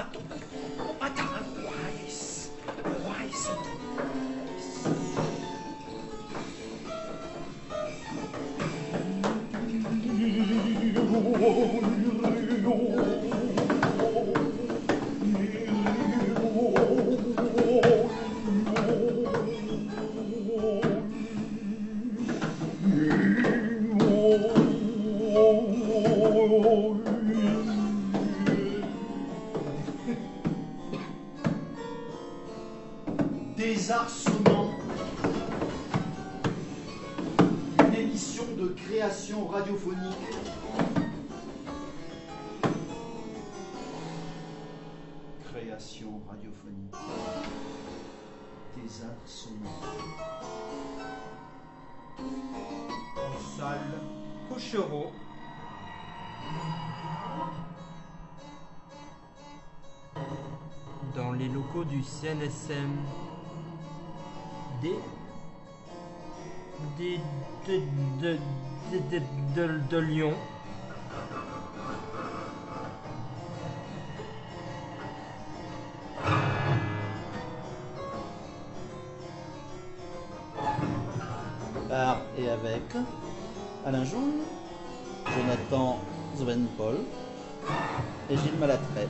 Désarçonnant, une émission de création radiophonique. Création radiophonique. Désarçonnant. En salle Cochereau. Dans les locaux du CNSM de Lyon. Par et avec Alain Joule, Jonathan Zovenpol et Gilles Malatret.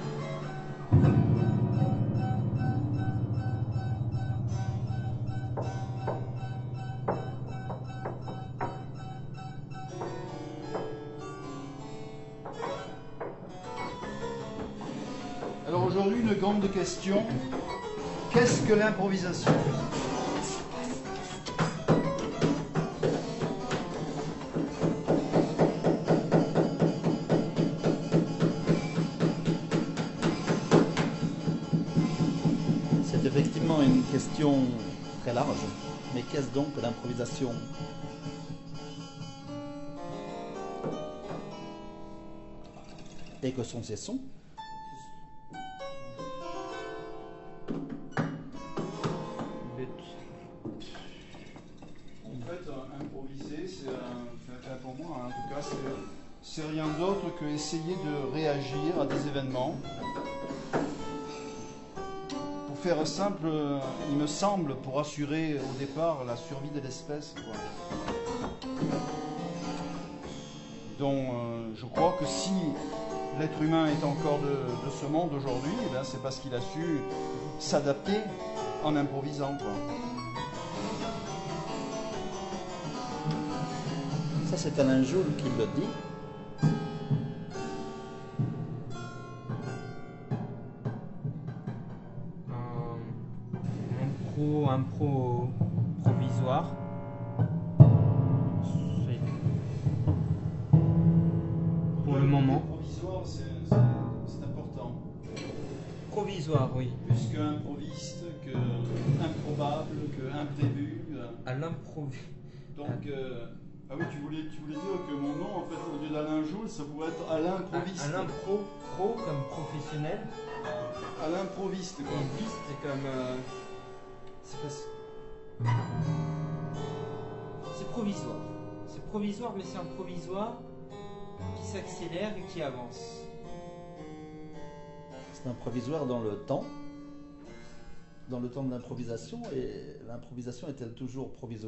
Alors aujourd'hui, une grande question. Qu'est-ce que l'improvisation ? C'est effectivement une question très large. Mais qu'est-ce donc que l'improvisation ? Et que sont ces sons ? En fait, improviser, c'est pour moi, en tout cas, c'est rien d'autre que essayer de réagir à des événements. Pour faire simple, il me semble, pour assurer au départ la survie de l'espèce, quoi. Donc, je crois que si l'être humain est encore de ce monde aujourd'hui, eh bien, c'est parce qu'il a su s'adapter en improvisant, quoi. Ça, c'est Alain Joule qui le dit. Impro provisoire. Pour le moment. Provisoire, c'est important. Provisoire, oui. Plus que improviste, que improbable, que imprévu. À l'improviste. Donc, ah oui, tu voulais dire que mon nom, en fait, au lieu d'Alain Joule, ça pouvait être Alain Proviste. À l'impro, pro comme professionnel. Alain Proviste, quoi. Proviste, c'est comme. C'est provisoire. C'est provisoire, mais c'est un provisoire qui s'accélère et qui avance. C'est un provisoire dans le temps de l'improvisation, et l'improvisation est-elle toujours provisoire ?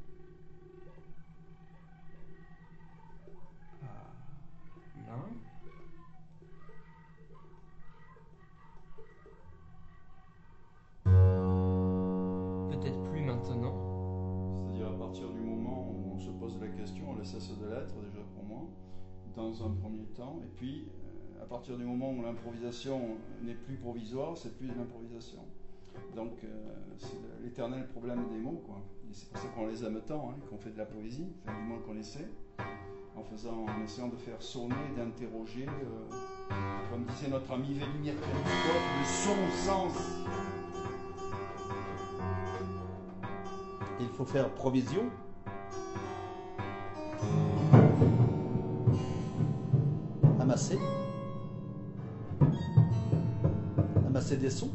Non. Peut-être plus maintenant. C'est-à-dire à partir du moment où on se pose la question, elle cesse de l'être déjà pour moi, dans un premier temps, et puis à partir du moment où l'improvisation n'est plus provisoire, c'est plus de l'improvisation. Donc c'est l'éternel problème des mots, quoi. Et c'est pour ça qu'on les aime tant, hein, qu'on fait de la poésie, enfin du moins qu'on essaie, en essayant de faire sonner, d'interroger, comme disait notre ami Vladimir Kremnikov, le son-sens. Il faut faire provision. Amasser des sons.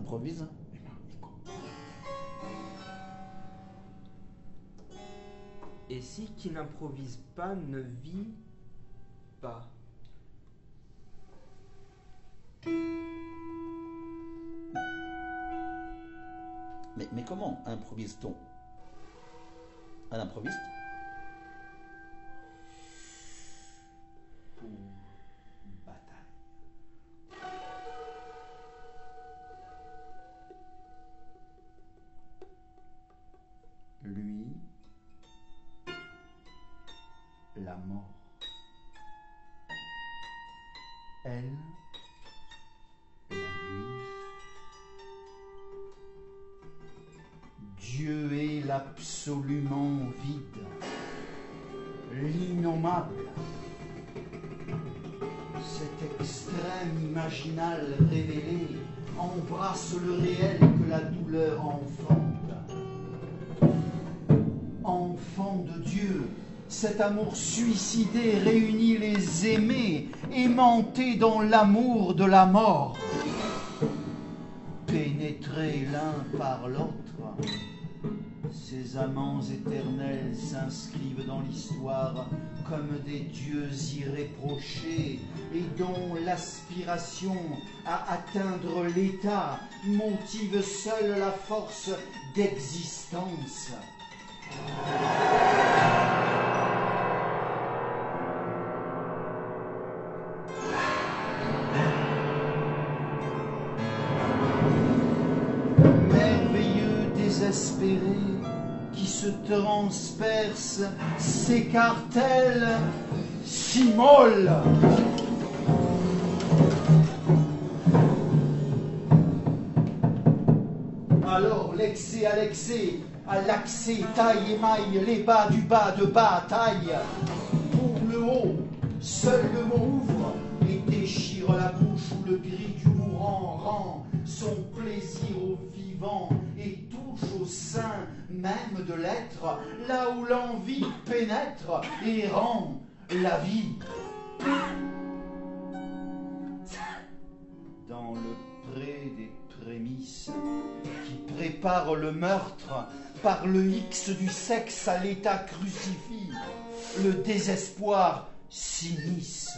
improvise. Et si qui n'improvise pas ne vit pas? Mais comment improvise-t-on? À l'improviste? Pour bataille. Lui, la mort. Elle, la nuit. Dieu est l'absolument vide, l'innommable. Cet extrême imaginal révélé embrasse le réel que la douleur enfante. Enfant de Dieu, cet amour suicidé réunit les aimés, aimantés dans l'amour de la mort. Pénétrés l'un par l'autre, ces amants éternels s'inscrivent dans l'histoire comme des dieux irréprochés et dont l'aspiration à atteindre l'état motive seule la force d'existence. Merveilleux désespéré qui se transperce, s'écartèle, s'immole. Alors l'excès à l'excès, à l'accès, taille émaille les bas du bas de bas, taille. Pour le haut, seul le mot ouvre et déchire la bouche où le cri du mourant rend son plaisir au vivant et touche au sein même de l'être, là où l'envie pénètre et rend la vie. Dans le pré des prémices qui prépare le meurtre, par le X du sexe à l'état crucifix, le désespoir s'immisce.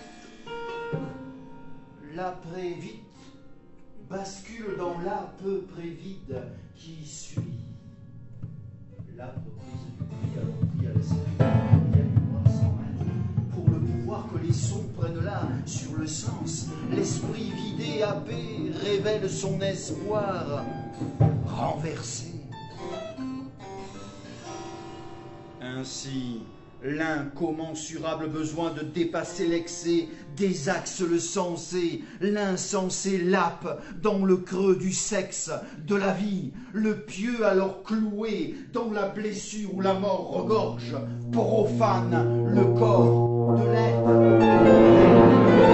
L'après vite bascule dans la peu près vide qui suit. La reprise du prix alors pris à l'esprit, pour le pouvoir que les sons prennent là sur le sens, l'esprit vidé, happé, révèle son espoir renversé. Ainsi, l'incommensurable besoin de dépasser l'excès désaxe le sensé, l'insensé lappe dans le creux du sexe de la vie, le pieux alors cloué dans la blessure où la mort regorge, profane le corps de l'être.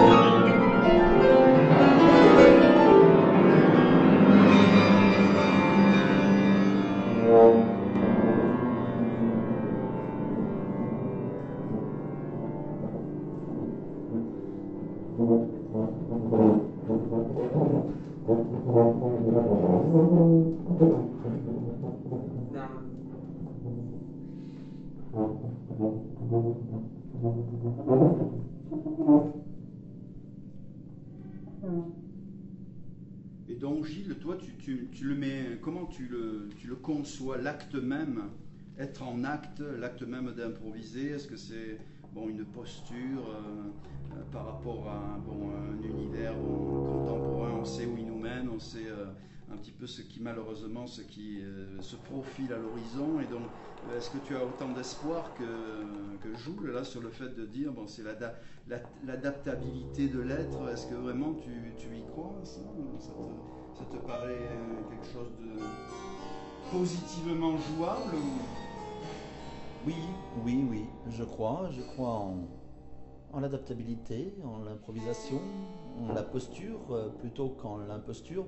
Et donc Gilles, toi tu le mets, comment tu le conçois, l'acte même, être en acte, l'acte même d'improviser, est-ce que c'est une posture par rapport à un univers contemporain, on sait où il nous mène, on sait un petit peu ce qui malheureusement se profile à l'horizon, et donc est-ce que tu as autant d'espoir que Joule là sur le fait de dire c'est l'adaptabilité de l'être, est-ce que vraiment tu y crois ça te paraît quelque chose de positivement jouable ou... Oui, je crois en l'adaptabilité, en l'improvisation, en la posture plutôt qu'en l'imposture.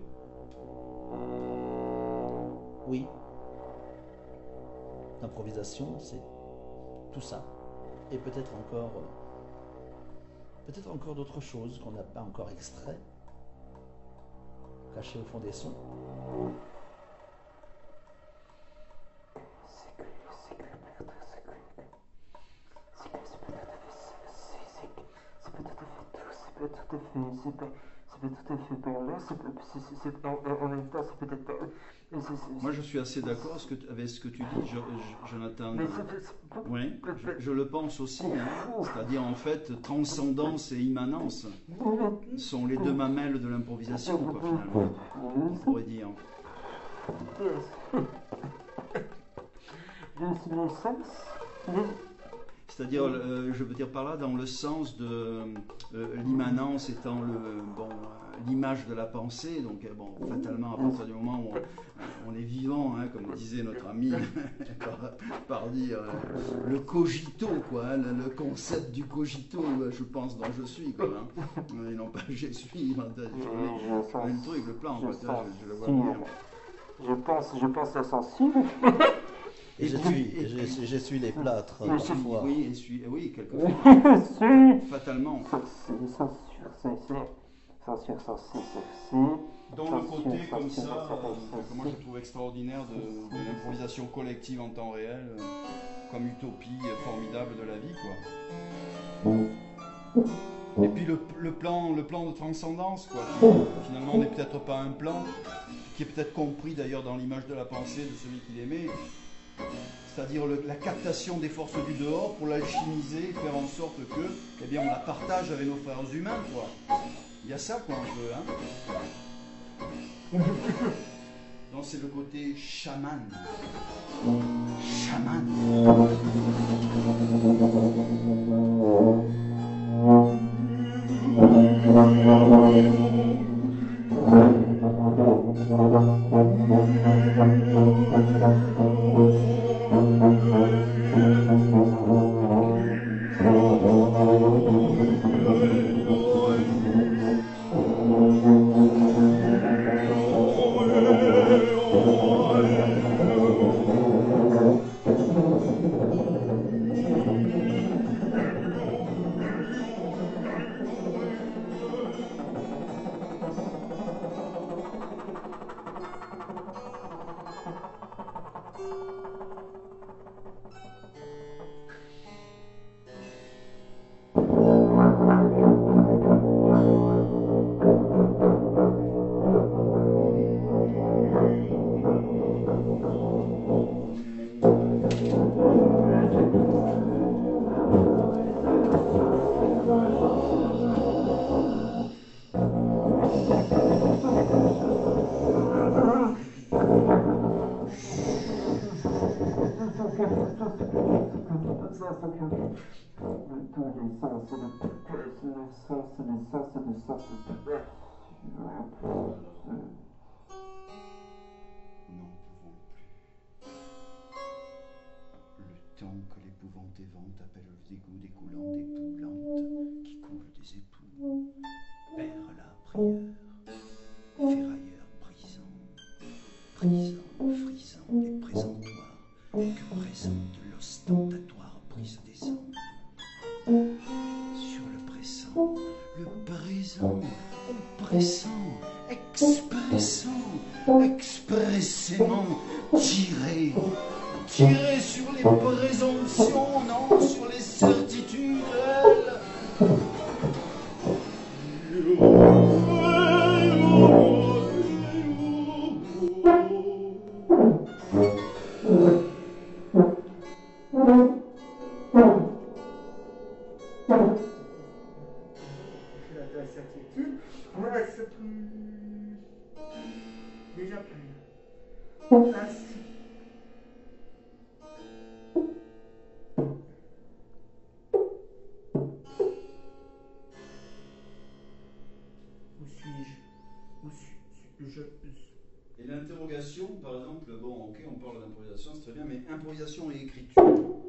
Oui, l'improvisation, c'est tout ça. Et peut-être encore d'autres choses qu'on n'a pas encore extrait. caché au fond des sons. C'est pas tout à fait par là, en même temps, c'est peut-être pas. Moi, je suis assez d'accord avec ce que tu dis, Jonathan. Mais Oui, je le pense aussi. Hein. C'est-à-dire, en fait, transcendance et immanence sont les deux mamelles de l'improvisation, quoi, finalement. On pourrait dire. Le sens. C'est-à-dire, je veux dire par là, dans le sens de l'immanence étant l'image de la pensée, donc fatalement, à partir du moment où on est vivant, hein, comme disait notre ami, par dire le cogito, quoi, hein, le concept du cogito, je pense, dont je suis, quoi, hein, et non pas je suis, le truc, le plan, quoi, je le vois bien. Je pense la sensible. Et j'essuie les plâtres parfois. Oui, quelquefois. Fatalement. Dans le côté comme ça, que moi je trouve extraordinaire de l'improvisation collective en temps réel, comme utopie formidable de la vie, quoi. Et puis le plan de transcendance, quoi. Finalement, on n'est peut-être pas un plan, qui est peut-être compris d'ailleurs dans l'image de la pensée de celui qui l'émet. C'est-à-dire la captation des forces du dehors pour l'alchimiser, faire en sorte que, eh bien, on la partage avec nos frères humains, quoi. Il y a ça, quoi, un peu, hein. Donc c'est le côté chaman. Chaman. Que l'épouvante évente appelle le dégoût découlant des poux lentes qui coulent des époux. Père la prière, ferrailleur brisant, frisant les présentoirs que présente l'ostentatoire brise des ans. Sur le présent, expressément tiré sur les présomptions, non, sur les certitudes, Voilà, c'est plus. Déjà plus. Ainsi. Où suis-je? Où suis-je? Et l'interrogation, par exemple, bon, ok, on parle d'improvisation, c'est très bien, mais improvisation et écriture.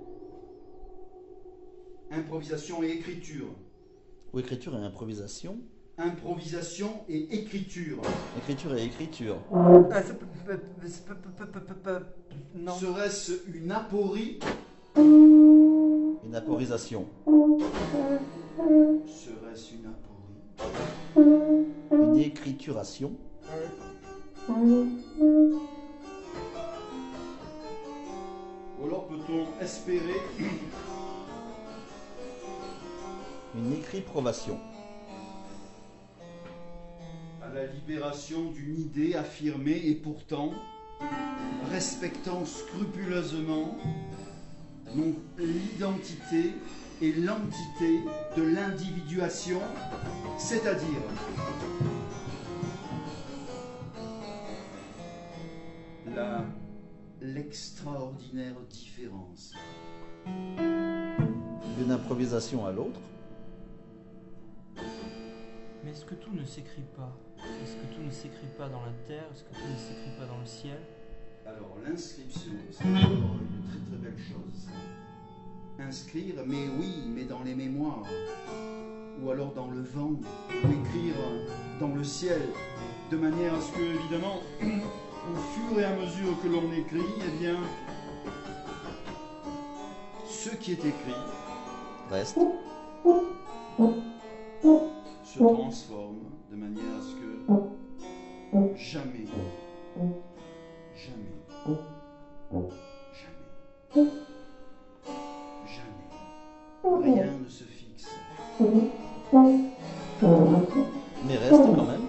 Improvisation et écriture. Ou écriture et improvisation. Improvisation et écriture. Écriture et écriture. Non. Serait-ce une aporie? Une aporisation. Serait-ce une aporie? Une écrituration. Ou alors peut-on espérer Une écrit-provation. à la libération d'une idée affirmée et pourtant respectant scrupuleusement non l'identité et l'entité de l'individuation, c'est-à-dire l'extraordinaire différence D'une improvisation à l'autre. Mais est-ce que tout ne s'écrit pas? Est-ce que tout ne s'écrit pas dans la terre? Est-ce que tout ne s'écrit pas dans le ciel? Alors, l'inscription, c'est d'abord une très très belle chose. Inscrire, mais oui, mais dans les mémoires. Ou alors dans le vent. Ou écrire dans le ciel. De manière à ce que, évidemment, au fur et à mesure que l'on écrit, eh bien, ce qui est écrit Reste. se transforme de manière à ce que jamais, jamais, jamais, jamais, rien ne se fixe. Mais reste quand même.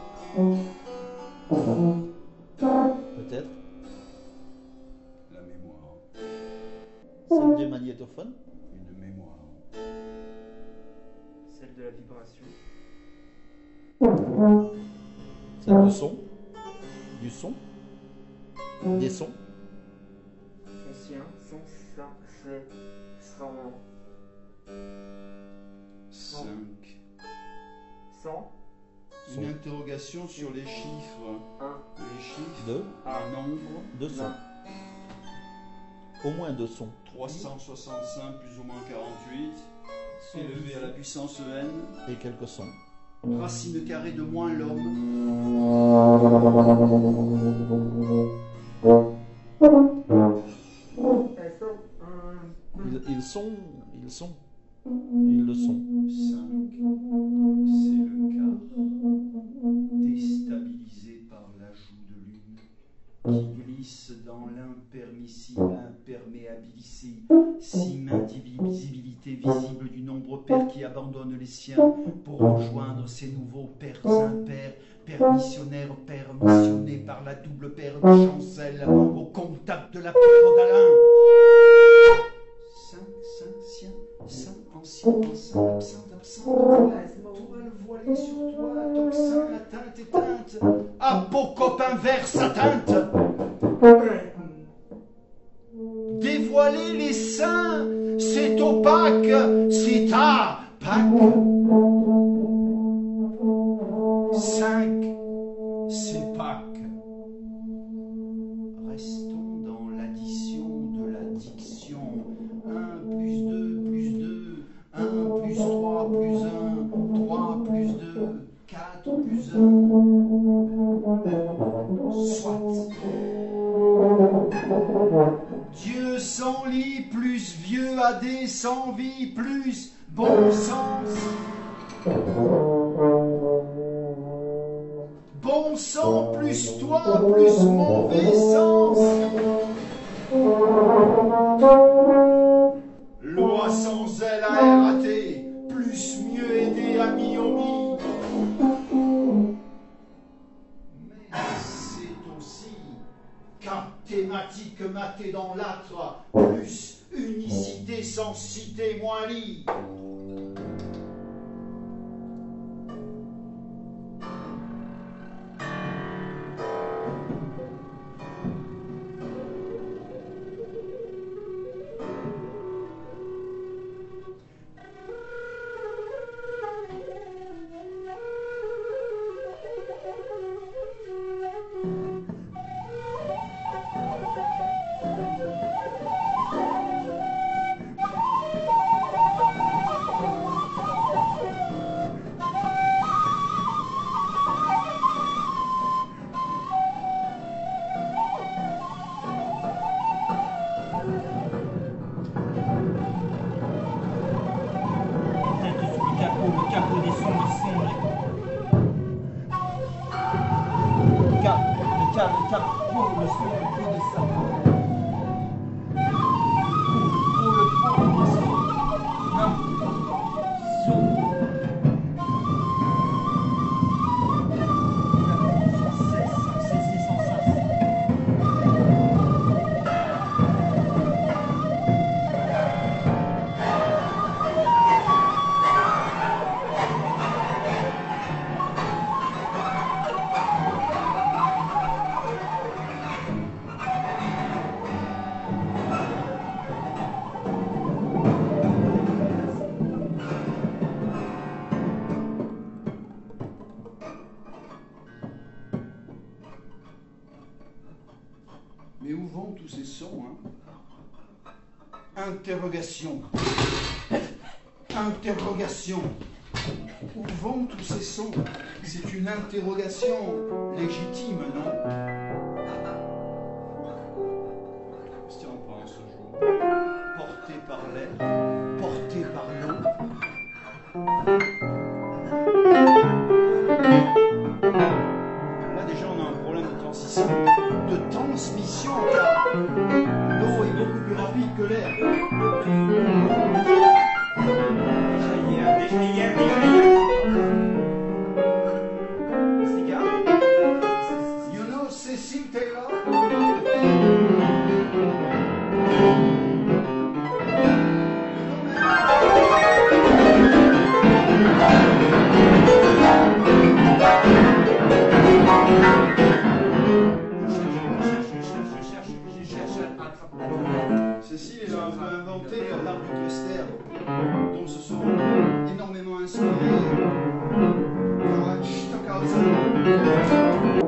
Peut-être. La mémoire, Celle du magnétophone. une mémoire. Celle de la vibration. Celle du son. Du son. Des sons. Ancien, sans ça, c'est sans. 5. Sans. Une interrogation sur les chiffres. Un. Les chiffres, Deux. un nombre, Deux sons. Au moins deux sons. 365 plus ou moins 48, élevé à la puissance n, Et quelques sons. racine carrée de moins l'homme, Ils sont. Ils sont. Ils le sont. 5, c'est le quart, déstabilisé par l'ajout de lune, qui glisse dans l'impermissible imperméabilissime indivisibilité visible du nombre pair qui abandonne les siens pour rejoindre ces nouveaux pairs impairs, permissionnaires permissionnés par la double paire de chancelles au contact de la paire d'Alain. 5, sien, saint, ancien, absent, toile voilée sur toile, tocsin, atteinte, éteinte, apocope inverse, atteinte. Dévoiler les seins, c'est opaque, c'est à Pâques. 5, c'est Pâques. Restons dans l'addition de l'addiction. 1 plus 2 plus 2, 1 plus 3 plus 1, 3 plus 2, 4 plus 1. Soit. Dieu sans lit plus vieux AD sans vie plus bon sens. Bon sang plus toi plus mauvais sens. Loi sans elle à RAT plus mieux aidé à mi-omi. Mais c'est aussi cathématique maté dans l'âtre, plus unicité sans cité moins libre. Le capot des sombres. Interrogation. Interrogation. Où vont tous ces sons? C'est une interrogation légitime, non? Qu'est-ce que tu en penses ce jour? Porté par l'air, porté par l'eau. Là déjà on a un problème de transition, de transmission, car l'eau est beaucoup plus rapide que l'air. Déjà hier. You know Cécile Taylor? Cécile, elle a inventé l'art du cluster, dont se sont énormément inspirés Franz Stockhausen.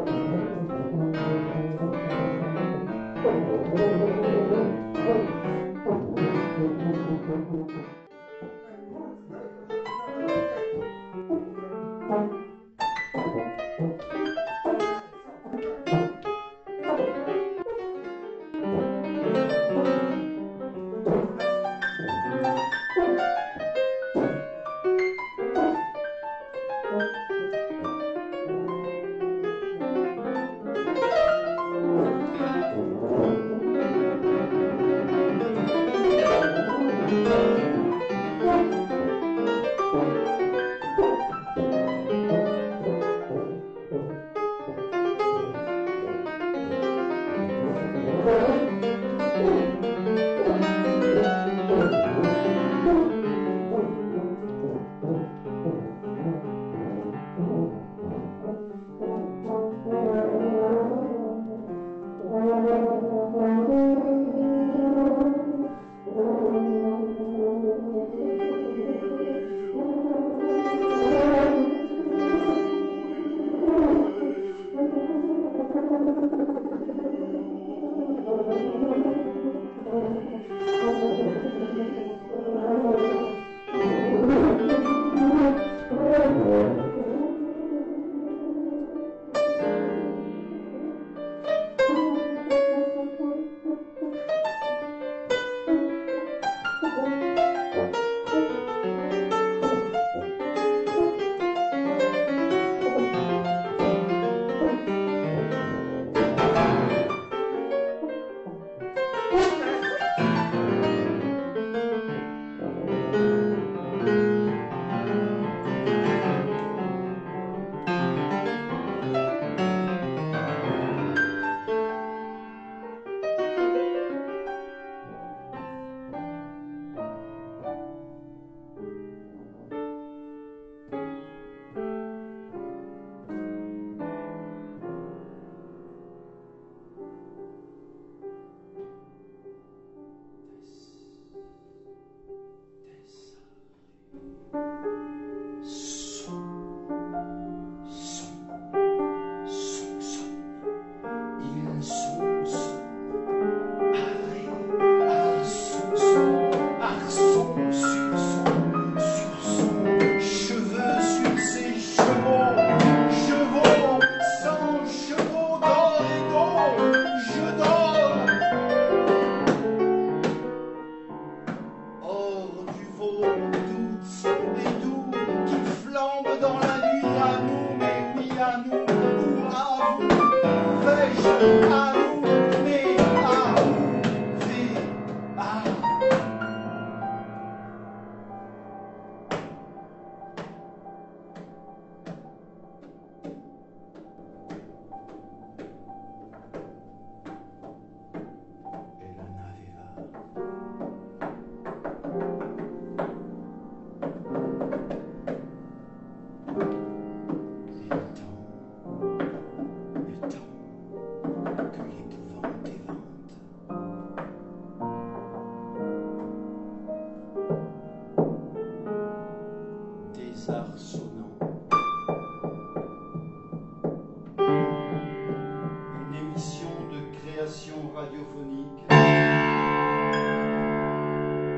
radiophonique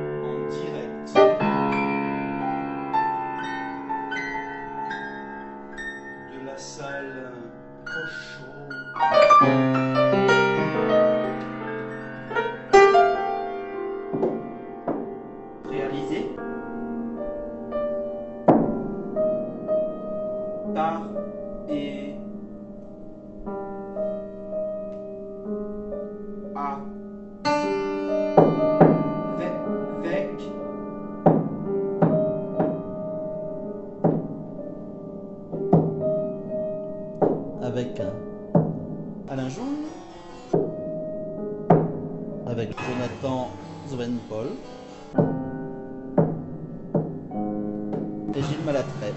salle Cochot. Réalisé par et à avec Avec Alain Joule, avec Jonathan Swainpaul et Gilles Malatray.